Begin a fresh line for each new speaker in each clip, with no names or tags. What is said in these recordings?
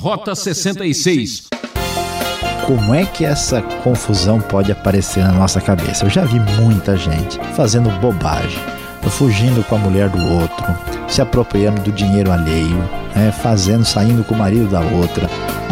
Rota 66.
Como é que essa confusão pode aparecer na nossa cabeça? Eu já vi muita gente fazendo bobagem, fugindo com a mulher do outro, se apropriando do dinheiro alheio, saindo com o marido da outra.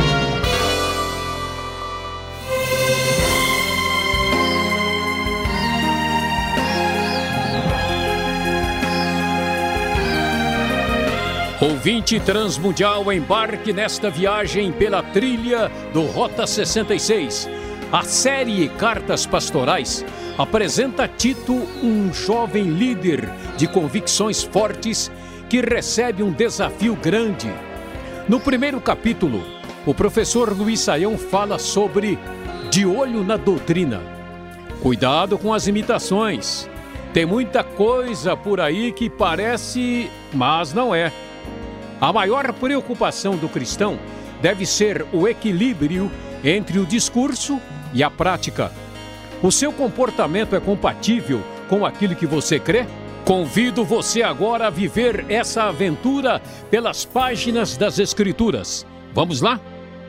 Ouvinte transmundial, embarque nesta viagem pela trilha do Rota 66. A série Cartas Pastorais apresenta Tito, um jovem líder de convicções fortes que recebe um desafio grande. No primeiro capítulo, o professor Luiz Saião fala sobre de olho na doutrina. Cuidado com as imitações. Tem muita coisa por aí que parece, mas não é. A maior preocupação do cristão deve ser o equilíbrio entre o discurso e a prática. O seu comportamento é compatível com aquilo que você crê? Convido você agora a viver essa aventura pelas páginas das Escrituras. Vamos lá?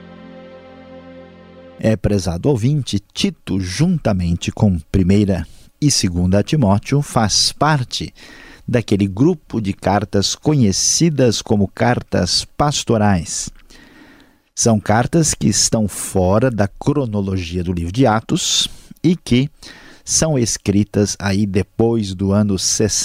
Prezado ouvinte, Tito, juntamente com 1ª e 2ª Timóteo, faz parte daquele grupo de cartas conhecidas como cartas pastorais. São cartas que estão fora da cronologia do livro de Atos e que são escritas aí depois do ano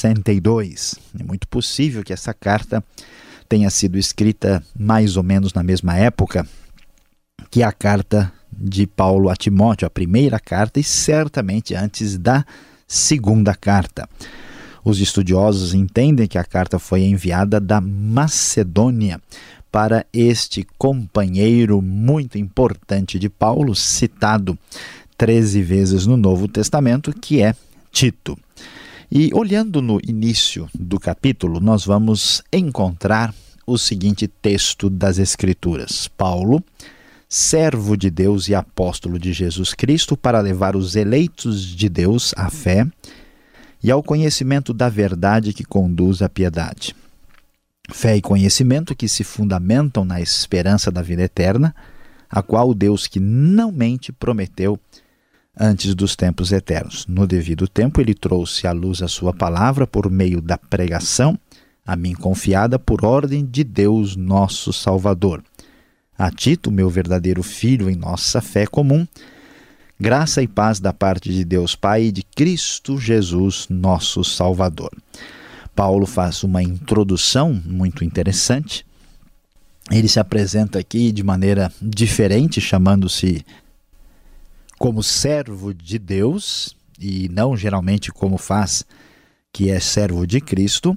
62. É muito possível que essa carta tenha sido escrita mais ou menos na mesma época que a carta de Paulo a Timóteo, a primeira carta, e certamente antes da 2ª carta. Os estudiosos entendem que a carta foi enviada da Macedônia para este companheiro muito importante de Paulo, citado 13 vezes no Novo Testamento, que é Tito. E olhando no início do capítulo, nós vamos encontrar o seguinte texto das Escrituras: Paulo, servo de Deus e apóstolo de Jesus Cristo, para levar os eleitos de Deus à fé e ao conhecimento da verdade que conduz à piedade. Fé e conhecimento que se fundamentam na esperança da vida eterna, a qual o Deus que não mente prometeu antes dos tempos eternos. No devido tempo, ele trouxe à luz a sua palavra por meio da pregação, a mim confiada por ordem de Deus nosso Salvador. A Tito, meu verdadeiro filho em nossa fé comum, graça e paz da parte de Deus Pai e de Cristo Jesus, nosso Salvador. Paulo faz uma introdução muito interessante. Ele se apresenta aqui de maneira diferente, chamando-se como servo de Deus, e não geralmente como faz, que é servo de Cristo,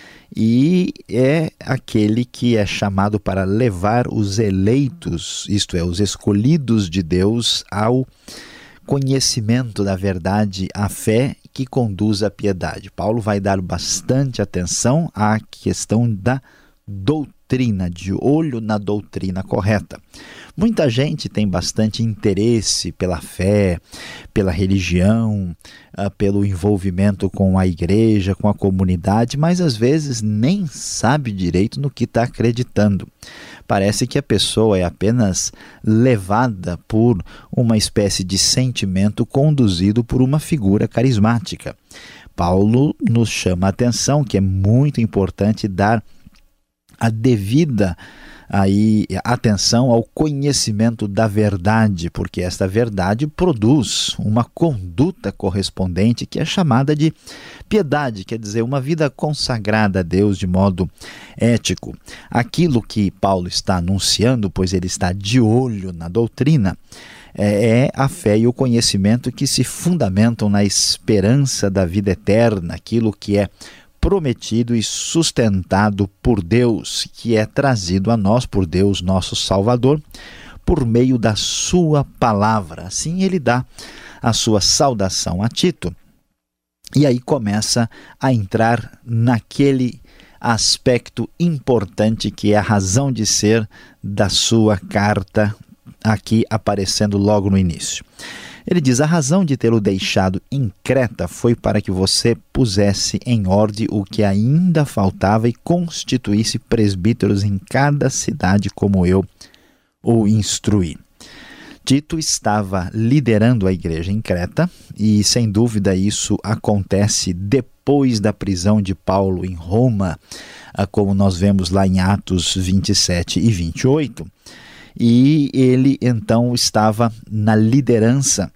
e é aquele que é chamado para levar os eleitos, isto é, os escolhidos de Deus, ao conhecimento da verdade, a fé que conduz à piedade. Paulo vai dar bastante atenção à questão da doutrina, de olho na doutrina correta. Muita gente tem bastante interesse pela fé, pela religião, pelo envolvimento com a igreja, com a comunidade, mas às vezes nem sabe direito no que está acreditando. Parece que a pessoa é apenas levada por uma espécie de sentimento conduzido por uma figura carismática. Paulo nos chama a atenção que é muito importante dar a devida atenção ao conhecimento da verdade, porque esta verdade produz uma conduta correspondente que é chamada de piedade, quer dizer, uma vida consagrada a Deus de modo ético. Aquilo que Paulo está anunciando, pois ele está de olho na doutrina, é a fé e o conhecimento que se fundamentam na esperança da vida eterna, aquilo que é prometido e sustentado por Deus, que é trazido a nós por Deus, nosso Salvador, por meio da sua palavra. Assim ele dá a sua saudação a Tito, e aí começa a entrar naquele aspecto importante que é a razão de ser da sua carta, aqui aparecendo logo no início. Ele diz: a razão de tê-lo deixado em Creta foi para que você pusesse em ordem o que ainda faltava e constituísse presbíteros em cada cidade como eu o instruir. Tito estava liderando a igreja em Creta e, sem dúvida, isso acontece depois da prisão de Paulo em Roma, como nós vemos lá em Atos 27 e 28. E ele, então, estava na liderança.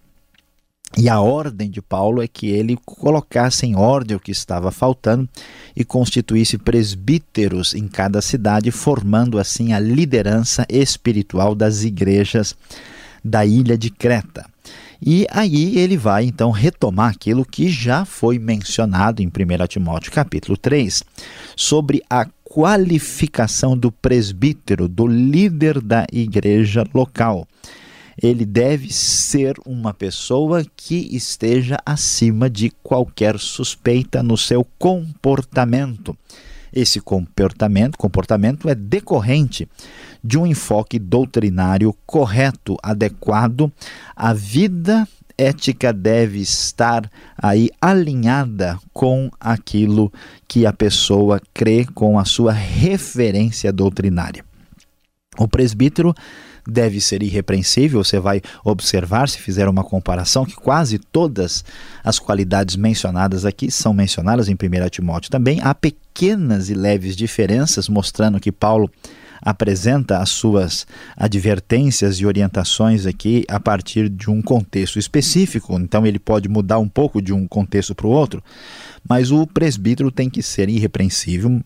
E a ordem de Paulo é que ele colocasse em ordem o que estava faltando e constituísse presbíteros em cada cidade, formando assim a liderança espiritual das igrejas da ilha de Creta. E aí ele vai então retomar aquilo que já foi mencionado em 1 Timóteo capítulo 3, sobre a qualificação do presbítero, do líder da igreja local. Ele deve ser uma pessoa que esteja acima de qualquer suspeita no seu comportamento. Esse comportamento é decorrente de um enfoque doutrinário correto, adequado. A vida ética deve estar aí alinhada com aquilo que a pessoa crê, com a sua referência doutrinária. O presbítero deve ser irrepreensível. Você vai observar, se fizer uma comparação, que quase todas as qualidades mencionadas aqui são mencionadas em 1 Timóteo também. Há pequenas e leves diferenças, mostrando que Paulo apresenta as suas advertências e orientações aqui a partir de um contexto específico. Então ele pode mudar um pouco de um contexto para o outro, mas o presbítero tem que ser irrepreensível,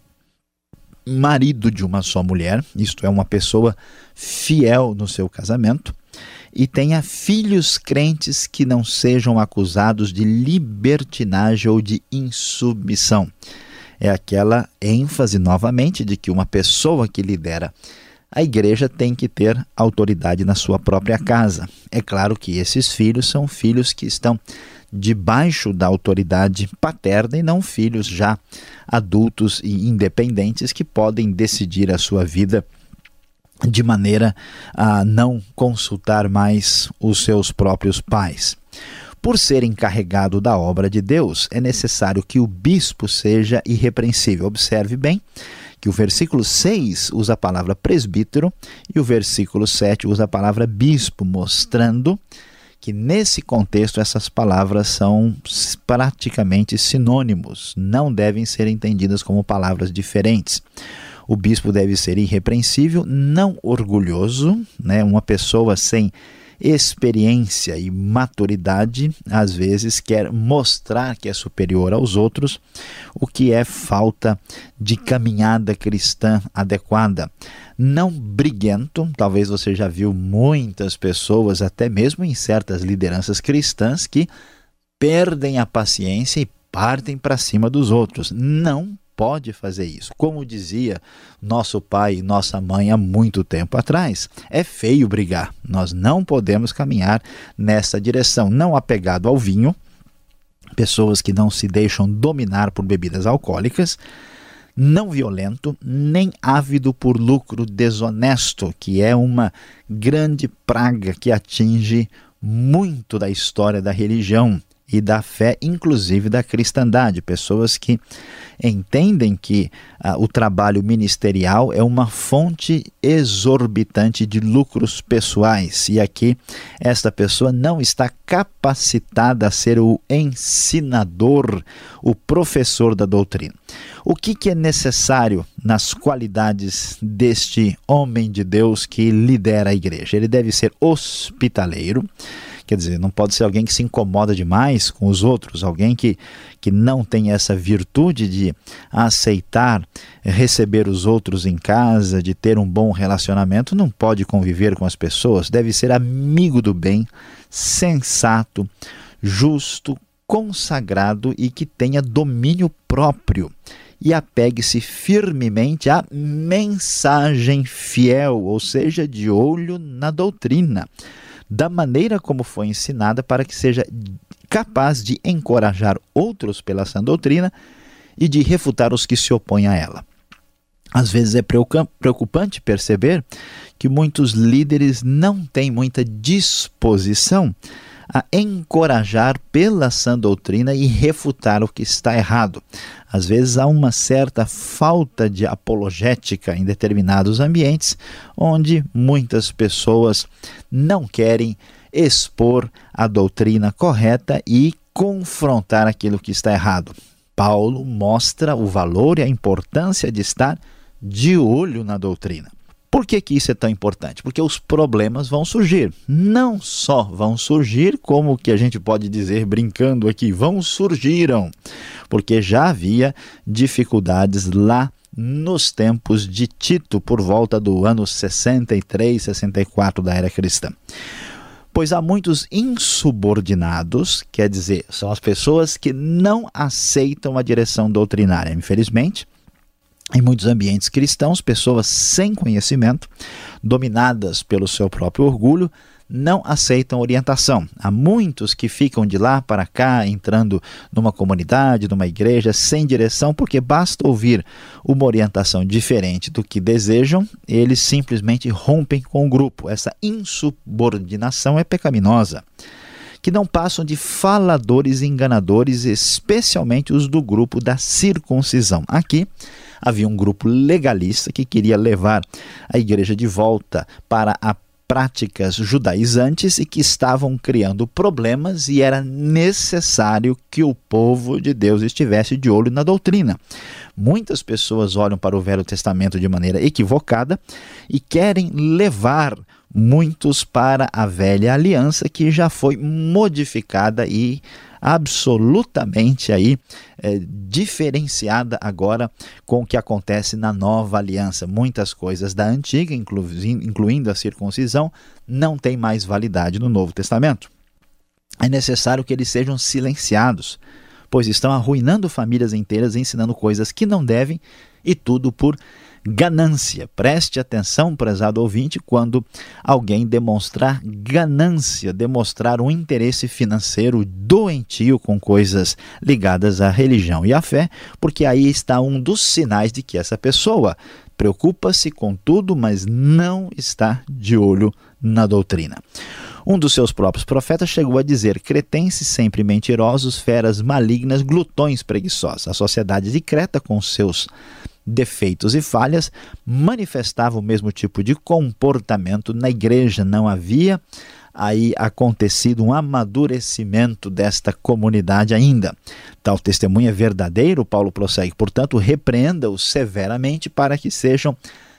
marido de uma só mulher, isto é, uma pessoa fiel no seu casamento, e tenha filhos crentes que não sejam acusados de libertinagem ou de insubmissão. É aquela ênfase novamente de que uma pessoa que lidera a igreja tem que ter autoridade na sua própria casa. É claro que esses filhos são filhos que estão debaixo da autoridade paterna e não filhos já adultos e independentes que podem decidir a sua vida de maneira a não consultar mais os seus próprios pais. Por ser encarregado da obra de Deus, é necessário que o bispo seja irrepreensível. Observe bem que o versículo 6 usa a palavra presbítero e o versículo 7 usa a palavra bispo, mostrando que nesse contexto essas palavras são praticamente sinônimos, não devem ser entendidas como palavras diferentes. O bispo deve ser irrepreensível, não orgulhoso, uma pessoa sem experiência e maturidade, às vezes quer mostrar que é superior aos outros, o que é falta de caminhada cristã adequada. Não briguento, talvez você já viu muitas pessoas, até mesmo em certas lideranças cristãs, que perdem a paciência e partem para cima dos outros. Não pode fazer isso. Como dizia nosso pai e nossa mãe há muito tempo atrás, é feio brigar. Nós não podemos caminhar nessa direção. Não apegado ao vinho, pessoas que não se deixam dominar por bebidas alcoólicas, não violento, nem ávido por lucro desonesto, que é uma grande praga que atinge muito da história da religião e da fé, inclusive da cristandade. Pessoas que entendem que o trabalho ministerial é uma fonte exorbitante de lucros pessoais, e aqui esta pessoa não está capacitada a ser o ensinador, o professor da doutrina. O que é necessário nas qualidades deste homem de Deus que lidera a igreja? Ele deve ser hospitaleiro. Quer dizer, não pode ser alguém que se incomoda demais com os outros, alguém que não tem essa virtude de aceitar, receber os outros em casa, de ter um bom relacionamento, não pode conviver com as pessoas. Deve ser amigo do bem, sensato, justo, consagrado e que tenha domínio próprio. E apegue-se firmemente à mensagem fiel, ou seja, de olho na doutrina, da maneira como foi ensinada, para que seja capaz de encorajar outros pela sã doutrina e de refutar os que se opõem a ela. Às vezes é preocupante perceber que muitos líderes não têm muita disposição a encorajar pela sã doutrina e refutar o que está errado. Às vezes há uma certa falta de apologética em determinados ambientes, onde muitas pessoas não querem expor a doutrina correta e confrontar aquilo que está errado. Paulo mostra o valor e a importância de estar de olho na doutrina. Por que isso é tão importante? Porque os problemas vão surgir. Não só vão surgir, como o que a gente pode dizer brincando aqui, surgiram. Porque já havia dificuldades lá nos tempos de Tito, por volta do ano 63, 64 da era cristã. Pois há muitos insubordinados, quer dizer, são as pessoas que não aceitam a direção doutrinária. Infelizmente, em muitos ambientes cristãos, pessoas sem conhecimento, dominadas pelo seu próprio orgulho, não aceitam orientação. Há muitos que ficam de lá para cá, entrando numa comunidade, numa igreja, sem direção, porque basta ouvir uma orientação diferente do que desejam, eles simplesmente rompem com o grupo. Essa insubordinação é pecaminosa, que não passam de faladores e enganadores, especialmente os do grupo da circuncisão. Aqui havia um grupo legalista que queria levar a igreja de volta para a práticas judaizantes e que estavam criando problemas, e era necessário que o povo de Deus estivesse de olho na doutrina. Muitas pessoas olham para o Velho Testamento de maneira equivocada e querem levar muitos para a velha aliança, que já foi modificada e absolutamente diferenciada agora com o que acontece na nova aliança. Muitas coisas da antiga, incluindo a circuncisão, não têm mais validade no Novo Testamento. É necessário que eles sejam silenciados, pois estão arruinando famílias inteiras, ensinando coisas que não devem, e tudo por ganância. Preste atenção, prezado ouvinte, quando alguém demonstrar ganância, demonstrar um interesse financeiro doentio com coisas ligadas à religião e à fé, porque aí está um dos sinais de que essa pessoa preocupa-se com tudo, mas não está de olho na doutrina. Um dos seus próprios profetas chegou a dizer: cretenses sempre mentirosos, feras malignas, glutões preguiçosos. A sociedade de Creta, com seus defeitos e falhas, manifestava o mesmo tipo de comportamento na igreja. Não havia acontecido um amadurecimento desta comunidade ainda. Tal testemunho é verdadeiro, Paulo prossegue, portanto, repreenda-os severamente para que sejam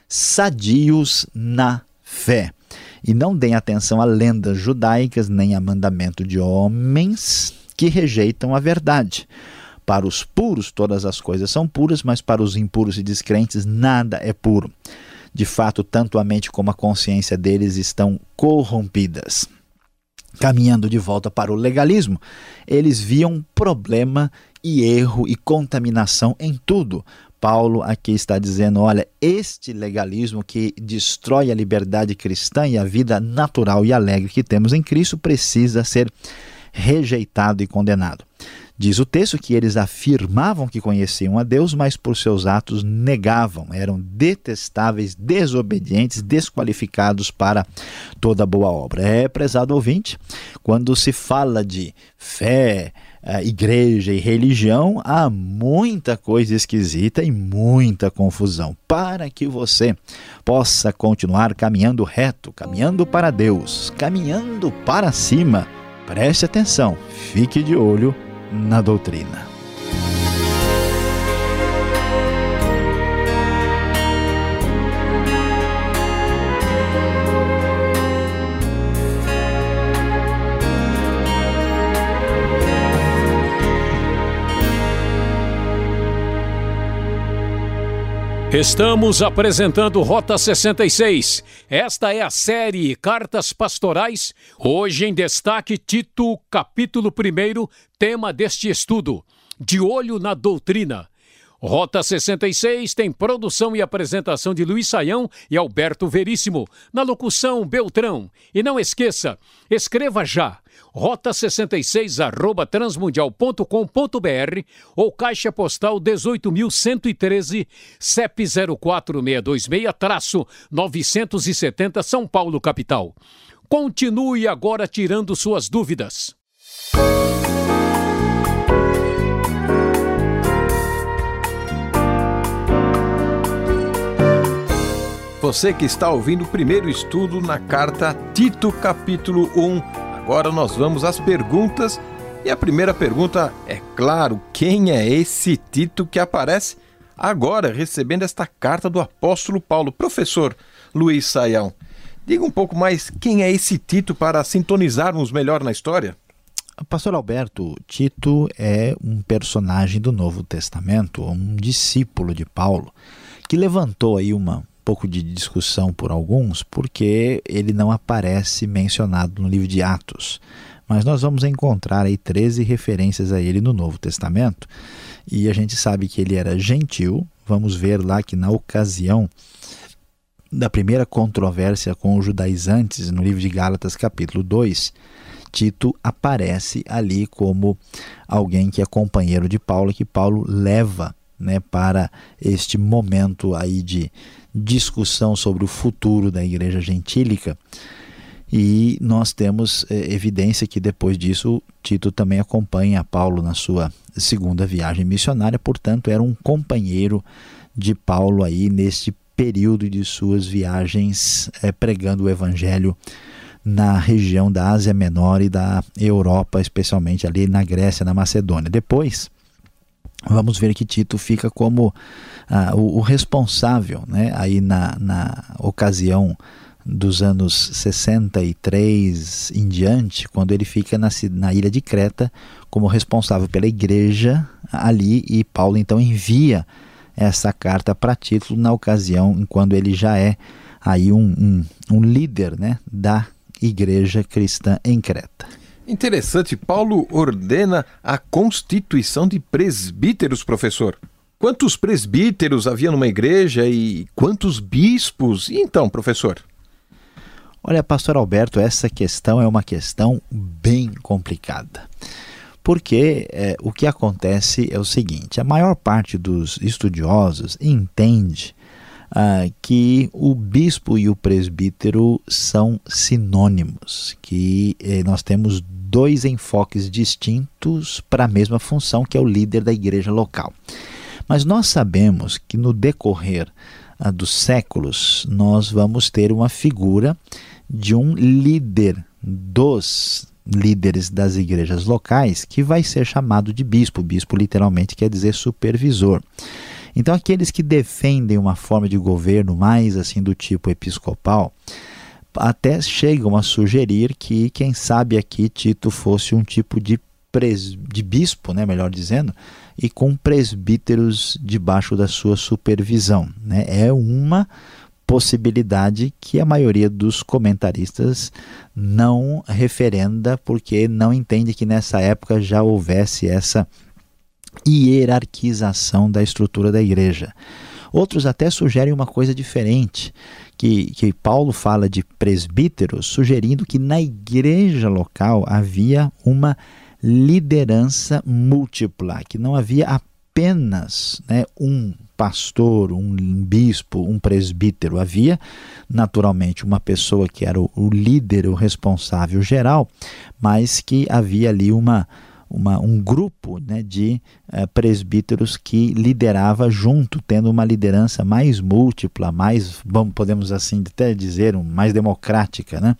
sadios na fé. E não deem atenção a lendas judaicas, nem a mandamento de homens que rejeitam a verdade. Para os puros, todas as coisas são puras, mas para os impuros e descrentes, nada é puro. De fato, tanto a mente como a consciência deles estão corrompidas. Caminhando de volta para o legalismo, eles viam problema e erro e contaminação em tudo. Paulo aqui está dizendo: olha, este legalismo que destrói a liberdade cristã e a vida natural e alegre que temos em Cristo precisa ser rejeitado e condenado. Diz o texto que eles afirmavam que conheciam a Deus, mas por seus atos negavam, eram detestáveis, desobedientes, desqualificados para toda boa obra. Prezado ouvinte, quando se fala de fé, igreja e religião, há muita coisa esquisita e muita confusão. Para que você possa continuar caminhando reto, caminhando para Deus, caminhando para cima, preste atenção, fique de olho na doutrina.
Estamos apresentando Rota 66. Esta é a série Cartas Pastorais. Hoje em destaque, Tito, capítulo 1, tema deste estudo: De olho na doutrina. Rota 66 tem produção e apresentação de Luiz Saião e Alberto Veríssimo. Na locução, Beltrão. E não esqueça, escreva já: rota66@transmundial.com.br ou Caixa Postal 18.113, CEP 04626-970, São Paulo, capital. Continue agora tirando suas dúvidas.
Você que está ouvindo o primeiro estudo na carta Tito, capítulo 1. Agora nós vamos às perguntas. E a primeira pergunta é, claro, quem é esse Tito que aparece agora recebendo esta carta do apóstolo Paulo? Professor Luiz Saião, diga um pouco mais quem é esse Tito para sintonizarmos melhor na história.
Pastor Alberto, Tito é um personagem do Novo Testamento, um discípulo de Paulo, que levantou aí um pouco de discussão por alguns, porque ele não aparece mencionado no livro de Atos. Mas nós vamos encontrar aí 13 referências a ele no Novo Testamento, e a gente sabe que ele era gentil. Vamos ver lá que na ocasião da primeira controvérsia com os judaizantes, no livro de Gálatas, capítulo 2, Tito aparece ali como alguém que é companheiro de Paulo, que Paulo leva, para este momento aí de discussão sobre o futuro da igreja gentílica. E nós temos evidência que depois disso Tito também acompanha Paulo na sua segunda viagem missionária, portanto era um companheiro de Paulo aí neste período de suas viagens pregando o evangelho na região da Ásia Menor e da Europa, especialmente ali na Grécia, na Macedônia. Depois vamos ver que Tito fica como o responsável, aí na ocasião dos anos 63 em diante, quando ele fica na ilha de Creta como responsável pela igreja ali, e Paulo então envia essa carta para Tito na ocasião quando ele já é aí um líder, da igreja cristã em Creta.
Interessante, Paulo ordena a constituição de presbíteros, professor. Quantos presbíteros havia numa igreja e quantos bispos? E então, professor?
Olha, pastor Alberto, essa questão é uma questão bem complicada. Porque o que acontece é o seguinte: a maior parte dos estudiosos entende que o bispo e o presbítero são sinônimos, que nós temos dois enfoques distintos para a mesma função, que é o líder da igreja local. Mas nós sabemos que no decorrer dos séculos nós vamos ter uma figura de um líder dos líderes das igrejas locais, que vai ser chamado de bispo. Bispo literalmente quer dizer supervisor. Então aqueles que defendem uma forma de governo mais assim do tipo episcopal, até chegam a sugerir que, quem sabe aqui Tito fosse um tipo de bispo, melhor dizendo, e com presbíteros debaixo da sua supervisão. É uma possibilidade que a maioria dos comentaristas não referenda, porque não entende que nessa época já houvesse essa hierarquização da estrutura da igreja. Outros até sugerem uma coisa diferente, que Paulo fala de presbíteros, sugerindo que na igreja local havia uma liderança múltipla, que não havia apenas um pastor, um bispo, um presbítero. Havia naturalmente uma pessoa que era o líder, o responsável geral, mas que havia ali um grupo de presbíteros que liderava junto, tendo uma liderança mais múltipla, mais, podemos assim até dizer, mais democrática.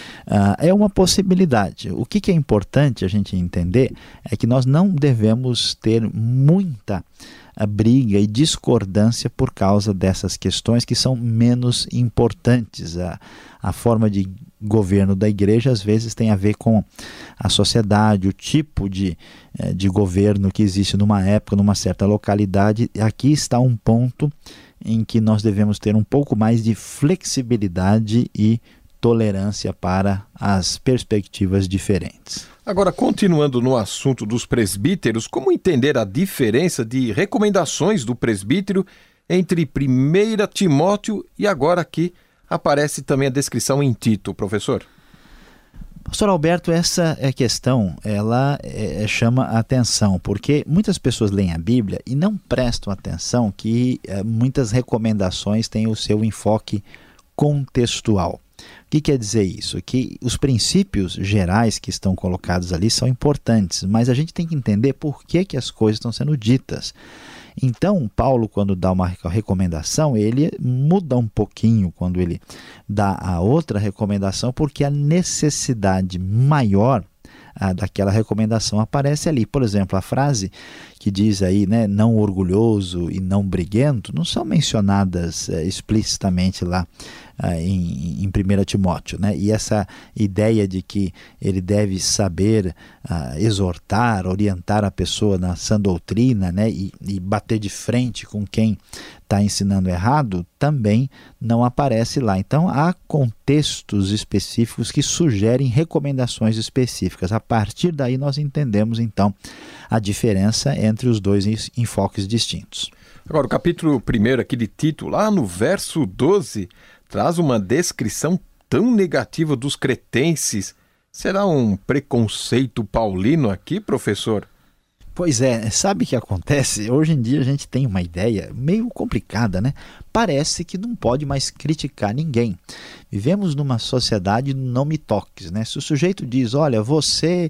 É uma possibilidade. O que é importante a gente entender é que nós não devemos ter muita briga e discordância por causa dessas questões que são menos importantes. A forma de governo da igreja às vezes tem a ver com a sociedade, o tipo de governo que existe numa época, numa certa localidade. Aqui está um ponto em que nós devemos ter um pouco mais de flexibilidade e tolerância para as perspectivas diferentes.
Agora, continuando no assunto dos presbíteros, como entender a diferença de recomendações do presbítero entre 1 Timóteo e agora aqui aparece também a descrição em Tito, professor?
Pastor Alberto, essa questão, ela chama a atenção, porque muitas pessoas leem a Bíblia e não prestam atenção que muitas recomendações têm o seu enfoque contextual. O que quer dizer isso? Que os princípios gerais que estão colocados ali são importantes, mas a gente tem que entender por que as coisas estão sendo ditas. Então, Paulo, quando dá uma recomendação, ele muda um pouquinho quando ele dá a outra recomendação, porque a necessidade maior daquela recomendação aparece ali. Por exemplo, a frase que diz aí, né, não orgulhoso e não briguento, não são mencionadas explicitamente lá em 1 Timóteo, né? E essa ideia de que ele deve saber exortar, orientar a pessoa na sã doutrina, né? E bater de frente com quem está ensinando errado, também não aparece lá. Então, há contextos específicos que sugerem recomendações específicas. A partir daí, nós entendemos, então, a diferença entre os dois enfoques distintos.
Agora, o capítulo 1 aqui de Tito, lá no verso 12, traz uma descrição tão negativa dos cretenses. Será um preconceito paulino aqui, professor?
Pois é, sabe o que acontece? Hoje em dia a gente tem uma ideia meio complicada, né? Parece que não pode mais criticar ninguém. Vivemos numa sociedade não me toques, né? Se o sujeito diz, olha, você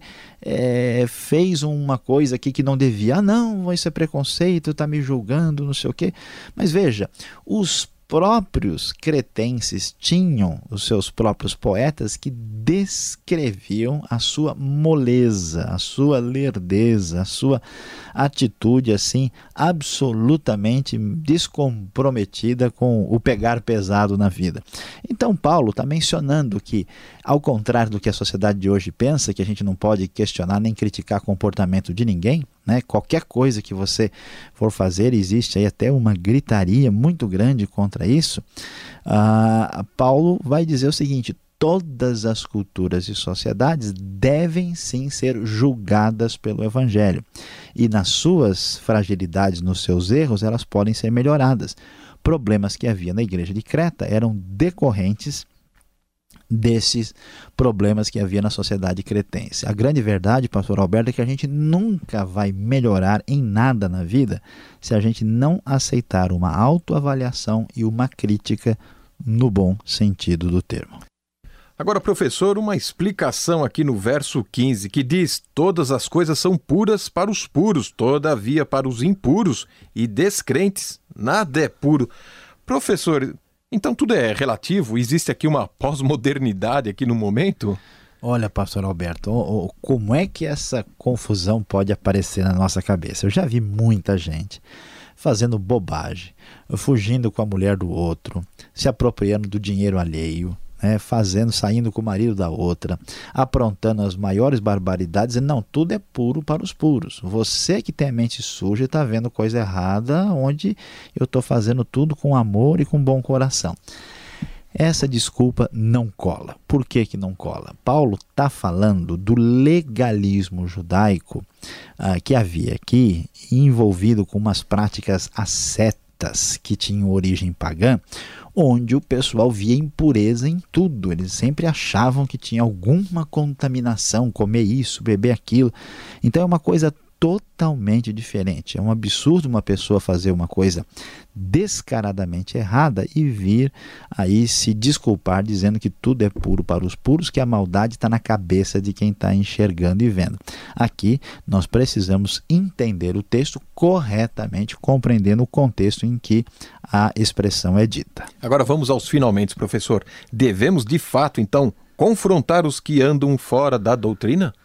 fez uma coisa aqui que não devia, não, isso é preconceito, está me julgando, não sei o quê. Mas veja, os próprios cretenses tinham os seus próprios poetas que descreviam a sua moleza, a sua lerdeza, a sua atitude assim absolutamente descomprometida com o pegar pesado na vida. Então Paulo está mencionando que, ao contrário do que a sociedade de hoje pensa, que a gente não pode questionar nem criticar comportamento de ninguém, né? Qualquer coisa que você for fazer, existe aí até uma gritaria muito grande contra isso. Paulo vai dizer o seguinte: todas as culturas e sociedades devem sim ser julgadas pelo Evangelho, e nas suas fragilidades, nos seus erros, elas podem ser melhoradas. Problemas que havia na igreja de Creta eram decorrentes desses problemas que havia na sociedade cretense. A grande verdade, pastor Alberto, é que a gente nunca vai melhorar em nada na vida se a gente não aceitar uma autoavaliação e uma crítica no bom sentido do termo.
Agora, professor, uma explicação aqui no verso 15, que diz: todas as coisas são puras para os puros, todavia para os impuros e descrentes nada é puro. Professor, então tudo é relativo? Existe aqui uma pós-modernidade aqui no momento?
Olha, pastor Alberto, como é que essa confusão pode aparecer na nossa cabeça? Eu já vi muita gente fazendo bobagem, fugindo com a mulher do outro, se apropriando do dinheiro alheio, saindo com o marido da outra, aprontando as maiores barbaridades, e não, tudo é puro para os puros. Você que tem a mente suja está vendo coisa errada, onde eu estou fazendo tudo com amor e com bom coração. Essa desculpa não cola. Por que não cola? Paulo está falando do legalismo judaico que havia aqui, envolvido com umas práticas ascéticas que tinham origem pagã, onde o pessoal via impureza em tudo. Eles sempre achavam que tinha alguma contaminação, comer isso, beber aquilo. Então é uma coisa totalmente diferente. É um absurdo uma pessoa fazer uma coisa descaradamente errada e vir aí se desculpar dizendo que tudo é puro para os puros, que a maldade está na cabeça de quem está enxergando e vendo. Aqui nós precisamos entender o texto corretamente, compreendendo o contexto em que a expressão é dita.
Agora vamos aos finalmente, professor. Devemos de fato, então, confrontar os que andam fora da doutrina?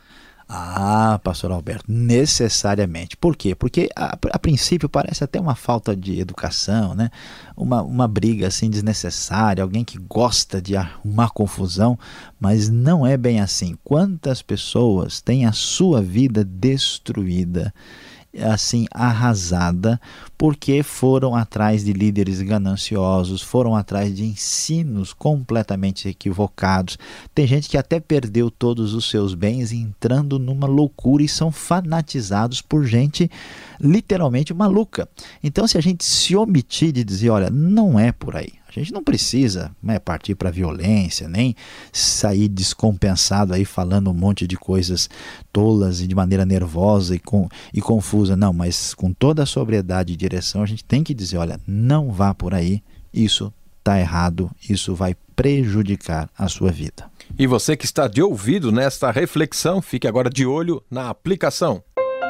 Pastor Alberto, necessariamente. Por quê? Porque a princípio parece até uma falta de educação, né? Uma briga assim desnecessária, alguém que gosta de arrumar confusão, mas não é bem assim. Quantas pessoas têm a sua vida destruída, assim, arrasada, porque foram atrás de líderes gananciosos, foram atrás de ensinos completamente equivocados. Tem gente que até perdeu todos os seus bens entrando numa loucura e são fanatizados por gente literalmente maluca. Então, se a gente se omitir de dizer, olha, não é por aí, a gente não precisa partir para a violência, nem sair descompensado aí falando um monte de coisas tolas e de maneira nervosa e confusa. Não, mas com toda a sobriedade e direção a gente tem que dizer, olha, não vá por aí, isso está errado, isso vai prejudicar a sua vida.
E você que está de ouvido nesta reflexão, fique agora de olho na aplicação.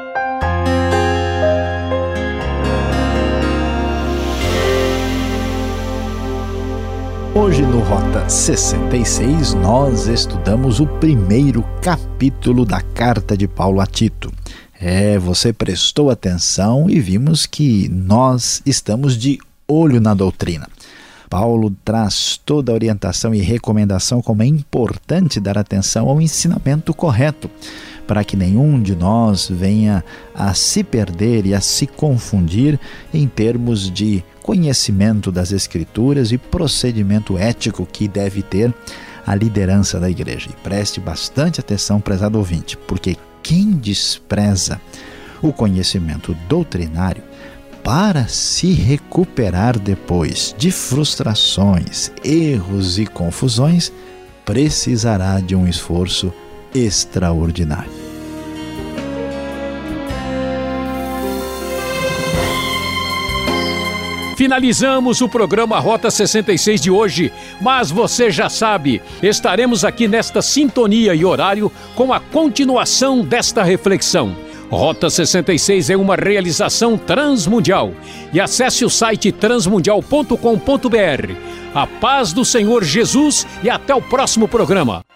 Hoje no Rota 66 nós estudamos o primeiro capítulo da carta de Paulo a Tito. Você prestou atenção e vimos que nós estamos de olho na doutrina. Paulo traz toda a orientação e recomendação como é importante dar atenção ao ensinamento correto, para que nenhum de nós venha a se perder e a se confundir em termos de conhecimento das Escrituras e procedimento ético que deve ter a liderança da igreja. E preste bastante atenção, prezado ouvinte, porque quem despreza o conhecimento doutrinário para se recuperar depois de frustrações, erros e confusões, precisará de um esforço extraordinário.
Finalizamos o programa Rota 66 de hoje, mas você já sabe, estaremos aqui nesta sintonia e horário com a continuação desta reflexão. Rota 66 é uma realização transmundial. E acesse o site transmundial.com.br. A paz do Senhor Jesus e até o próximo programa.